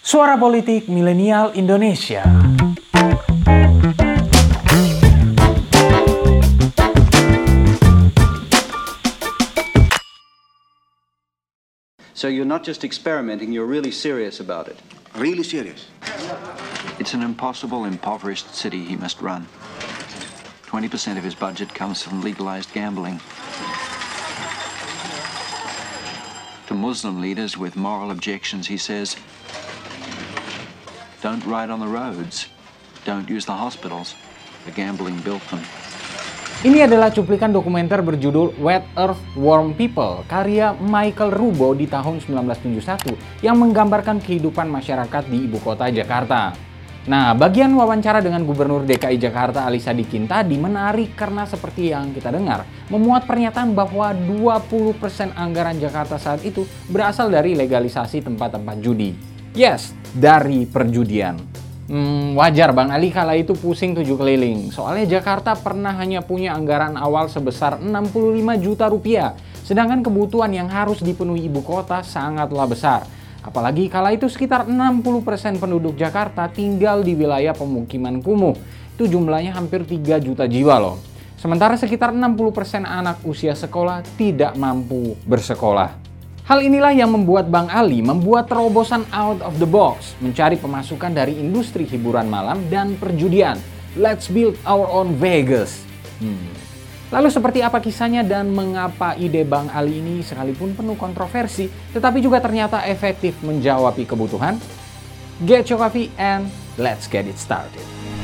Suara Politik Milenial Indonesia. So you're not just experimenting, you're really serious about it. Really serious. It's an impossible, impoverished city he must run. 20% of his budget comes from legalized gambling. To Muslim leaders with moral objections, he says, don't ride on the roads, don't use the hospitals, the gambling built them. Ini adalah cuplikan dokumenter berjudul Wet Earth Worm People karya Michael Rubo di tahun 1971 yang menggambarkan kehidupan masyarakat di ibu kota Jakarta. Nah, bagian wawancara dengan Gubernur DKI Jakarta Ali Sadikin tadi menarik karena seperti yang kita dengar, memuat pernyataan bahwa 20% anggaran Jakarta saat itu berasal dari legalisasi tempat-tempat judi. Yes, dari perjudian. Wajar Bang Ali kala itu pusing 7 keliling. Soalnya Jakarta pernah hanya punya anggaran awal sebesar 65 juta rupiah. Sedangkan kebutuhan yang harus dipenuhi ibu kota sangatlah besar. Apalagi kala itu sekitar 60% penduduk Jakarta tinggal di wilayah pemukiman kumuh. Itu jumlahnya hampir 3 juta jiwa loh. Sementara sekitar 60% anak usia sekolah tidak mampu bersekolah. Hal inilah yang membuat Bang Ali membuat terobosan out of the box, mencari pemasukan dari industri hiburan malam dan perjudian. Let's build our own Vegas. Lalu seperti apa kisahnya dan mengapa ide Bang Ali ini sekalipun penuh kontroversi, tetapi juga ternyata efektif menjawab kebutuhan? Get your coffee and let's get it started.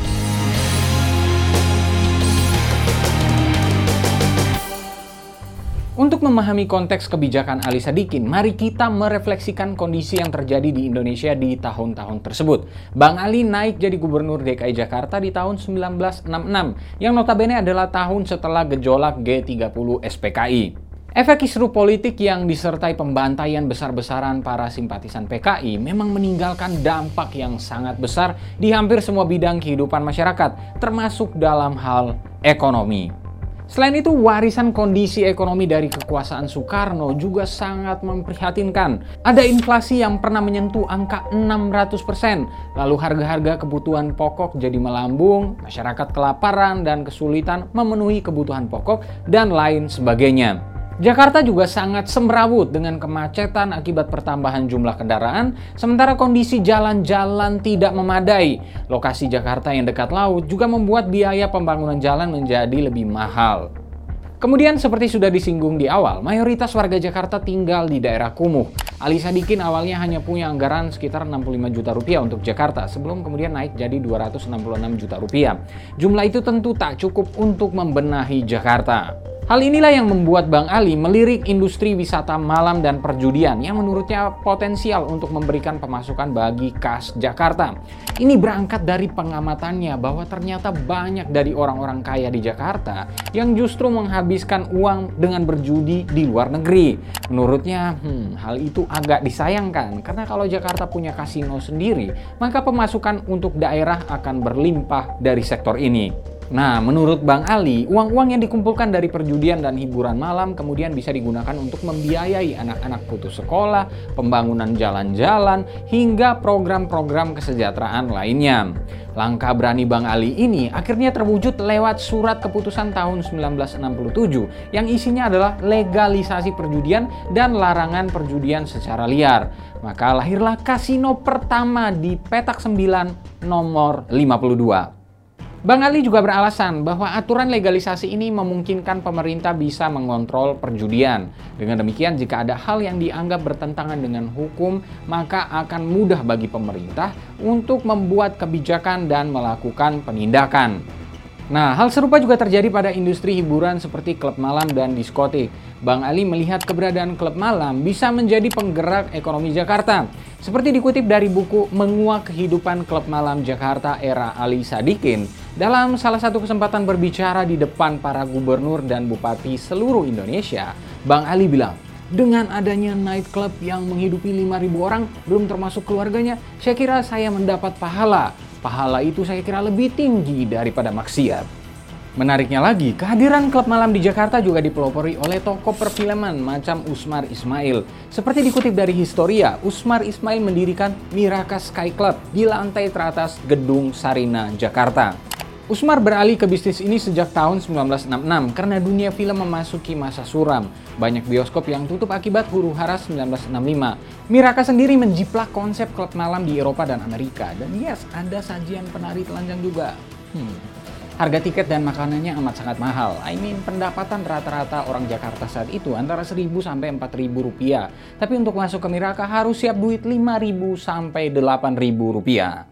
Untuk memahami konteks kebijakan Ali Sadikin, mari kita merefleksikan kondisi yang terjadi di Indonesia di tahun-tahun tersebut. Bang Ali naik jadi Gubernur DKI Jakarta di tahun 1966, yang notabene adalah tahun setelah gejolak G30 SPKI. Efek kisruh politik yang disertai pembantaian besar-besaran para simpatisan PKI memang meninggalkan dampak yang sangat besar di hampir semua bidang kehidupan masyarakat, termasuk dalam hal ekonomi. Selain itu, warisan kondisi ekonomi dari kekuasaan Soekarno juga sangat memprihatinkan. Ada inflasi yang pernah menyentuh angka 600%, lalu harga-harga kebutuhan pokok jadi melambung, masyarakat kelaparan dan kesulitan memenuhi kebutuhan pokok, dan lain sebagainya. Jakarta juga sangat semrawut dengan kemacetan akibat pertambahan jumlah kendaraan, sementara kondisi jalan-jalan tidak memadai. Lokasi Jakarta yang dekat laut juga membuat biaya pembangunan jalan menjadi lebih mahal. Kemudian seperti sudah disinggung di awal, mayoritas warga Jakarta tinggal di daerah kumuh. Ali Sadikin awalnya hanya punya anggaran sekitar 65 juta rupiah untuk Jakarta, sebelum kemudian naik jadi 266 juta rupiah. Jumlah itu tentu tak cukup untuk membenahi Jakarta. Hal inilah yang membuat Bang Ali melirik industri wisata malam dan perjudian yang menurutnya potensial untuk memberikan pemasukan bagi kas Jakarta. Ini berangkat dari pengamatannya bahwa ternyata banyak dari orang-orang kaya di Jakarta yang justru menghabiskan uang dengan berjudi di luar negeri. Menurutnya, hal itu agak disayangkan karena kalau Jakarta punya kasino sendiri, maka pemasukan untuk daerah akan berlimpah dari sektor ini. Nah, menurut Bang Ali, uang-uang yang dikumpulkan dari perjudian dan hiburan malam kemudian bisa digunakan untuk membiayai anak-anak putus sekolah, pembangunan jalan-jalan, hingga program-program kesejahteraan lainnya. Langkah berani Bang Ali ini akhirnya terwujud lewat surat keputusan tahun 1967 yang isinya adalah legalisasi perjudian dan larangan perjudian secara liar. Maka lahirlah kasino pertama di Petak 9 nomor 52. Bang Ali juga beralasan bahwa aturan legalisasi ini memungkinkan pemerintah bisa mengontrol perjudian. Dengan demikian, jika ada hal yang dianggap bertentangan dengan hukum, maka akan mudah bagi pemerintah untuk membuat kebijakan dan melakukan penindakan. Nah, hal serupa juga terjadi pada industri hiburan seperti klub malam dan diskotik. Bang Ali melihat keberadaan klub malam bisa menjadi penggerak ekonomi Jakarta. Seperti dikutip dari buku Menguak Kehidupan Klub Malam Jakarta Era Ali Sadikin, dalam salah satu kesempatan berbicara di depan para gubernur dan bupati seluruh Indonesia, Bang Ali bilang, dengan adanya nightclub yang menghidupi 5.000 orang, belum termasuk keluarganya, saya kira saya mendapat pahala. Pahala itu saya kira lebih tinggi daripada maksiat. Menariknya lagi, kehadiran klub malam di Jakarta juga dipelopori oleh tokoh perfilman macam Usmar Ismail. Seperti dikutip dari Historia, Usmar Ismail mendirikan Miraka Sky Club di lantai teratas Gedung Sarina, Jakarta. Usmar beralih ke bisnis ini sejak tahun 1966 karena dunia film memasuki masa suram. Banyak bioskop yang tutup akibat huru-hara 1965. Miraka sendiri menjiplak konsep klub malam di Eropa dan Amerika. Dan yes, ada sajian penari telanjang juga. Harga tiket dan makanannya amat sangat mahal. Pendapatan rata-rata orang Jakarta saat itu antara 1.000 sampai 4.000 rupiah. Tapi untuk masuk ke Miraka harus siap duit 5.000 sampai 8.000 rupiah.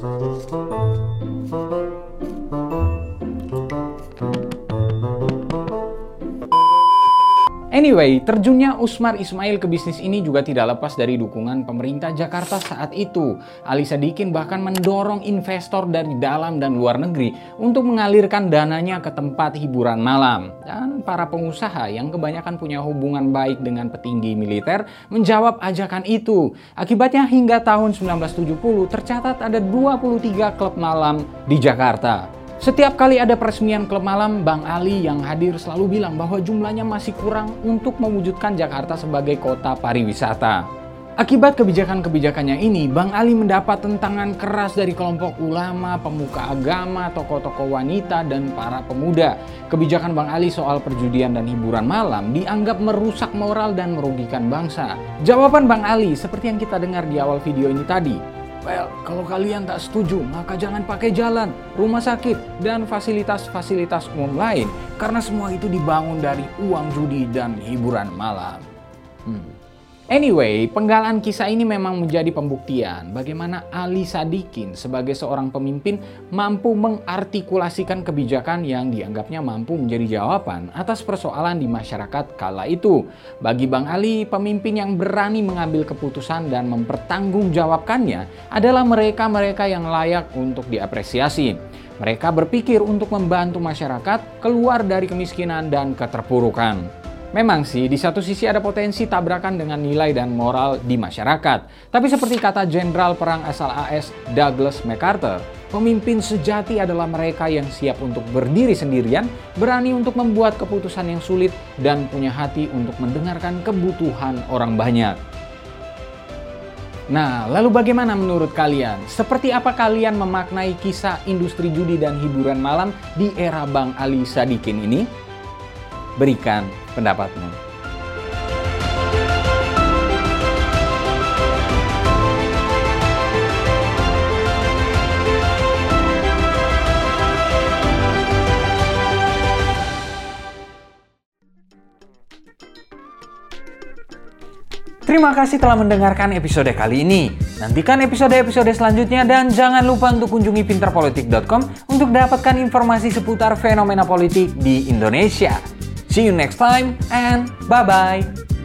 Anyway, terjunnya Usmar Ismail ke bisnis ini juga tidak lepas dari dukungan pemerintah Jakarta saat itu. Ali Sadikin bahkan mendorong investor dari dalam dan luar negeri untuk mengalirkan dananya ke tempat hiburan malam. Dan para pengusaha yang kebanyakan punya hubungan baik dengan petinggi militer menjawab ajakan itu. Akibatnya hingga tahun 1970 tercatat ada 23 klub malam di Jakarta. Setiap kali ada peresmian klub malam, Bang Ali yang hadir selalu bilang bahwa jumlahnya masih kurang untuk mewujudkan Jakarta sebagai kota pariwisata. Akibat kebijakan-kebijakannya ini, Bang Ali mendapat tentangan keras dari kelompok ulama, pemuka agama, tokoh-tokoh wanita, dan para pemuda. Kebijakan Bang Ali soal perjudian dan hiburan malam dianggap merusak moral dan merugikan bangsa. Jawaban Bang Ali seperti yang kita dengar di awal video ini tadi. Well, kalau kalian tak setuju, maka jangan pakai jalan, rumah sakit, dan fasilitas-fasilitas umum lain. Karena semua itu dibangun dari uang judi dan hiburan malam. Anyway, penggalan kisah ini memang menjadi pembuktian bagaimana Ali Sadikin sebagai seorang pemimpin mampu mengartikulasikan kebijakan yang dianggapnya mampu menjadi jawaban atas persoalan di masyarakat kala itu. Bagi Bang Ali, pemimpin yang berani mengambil keputusan dan mempertanggungjawabkannya adalah mereka-mereka yang layak untuk diapresiasi. Mereka berpikir untuk membantu masyarakat keluar dari kemiskinan dan keterpurukan. Memang sih, di satu sisi ada potensi tabrakan dengan nilai dan moral di masyarakat. Tapi seperti kata Jenderal Perang asal AS Douglas MacArthur, pemimpin sejati adalah mereka yang siap untuk berdiri sendirian, berani untuk membuat keputusan yang sulit, dan punya hati untuk mendengarkan kebutuhan orang banyak. Nah, lalu bagaimana menurut kalian? Seperti apa kalian memaknai kisah industri judi dan hiburan malam di era Bang Ali Sadikin ini? Berikan pendapatmu. Terima kasih telah mendengarkan episode kali ini. Nantikan episode-episode selanjutnya dan jangan lupa untuk kunjungi pinterpolitik.com untuk dapatkan informasi seputar fenomena politik di Indonesia. See you next time and bye-bye.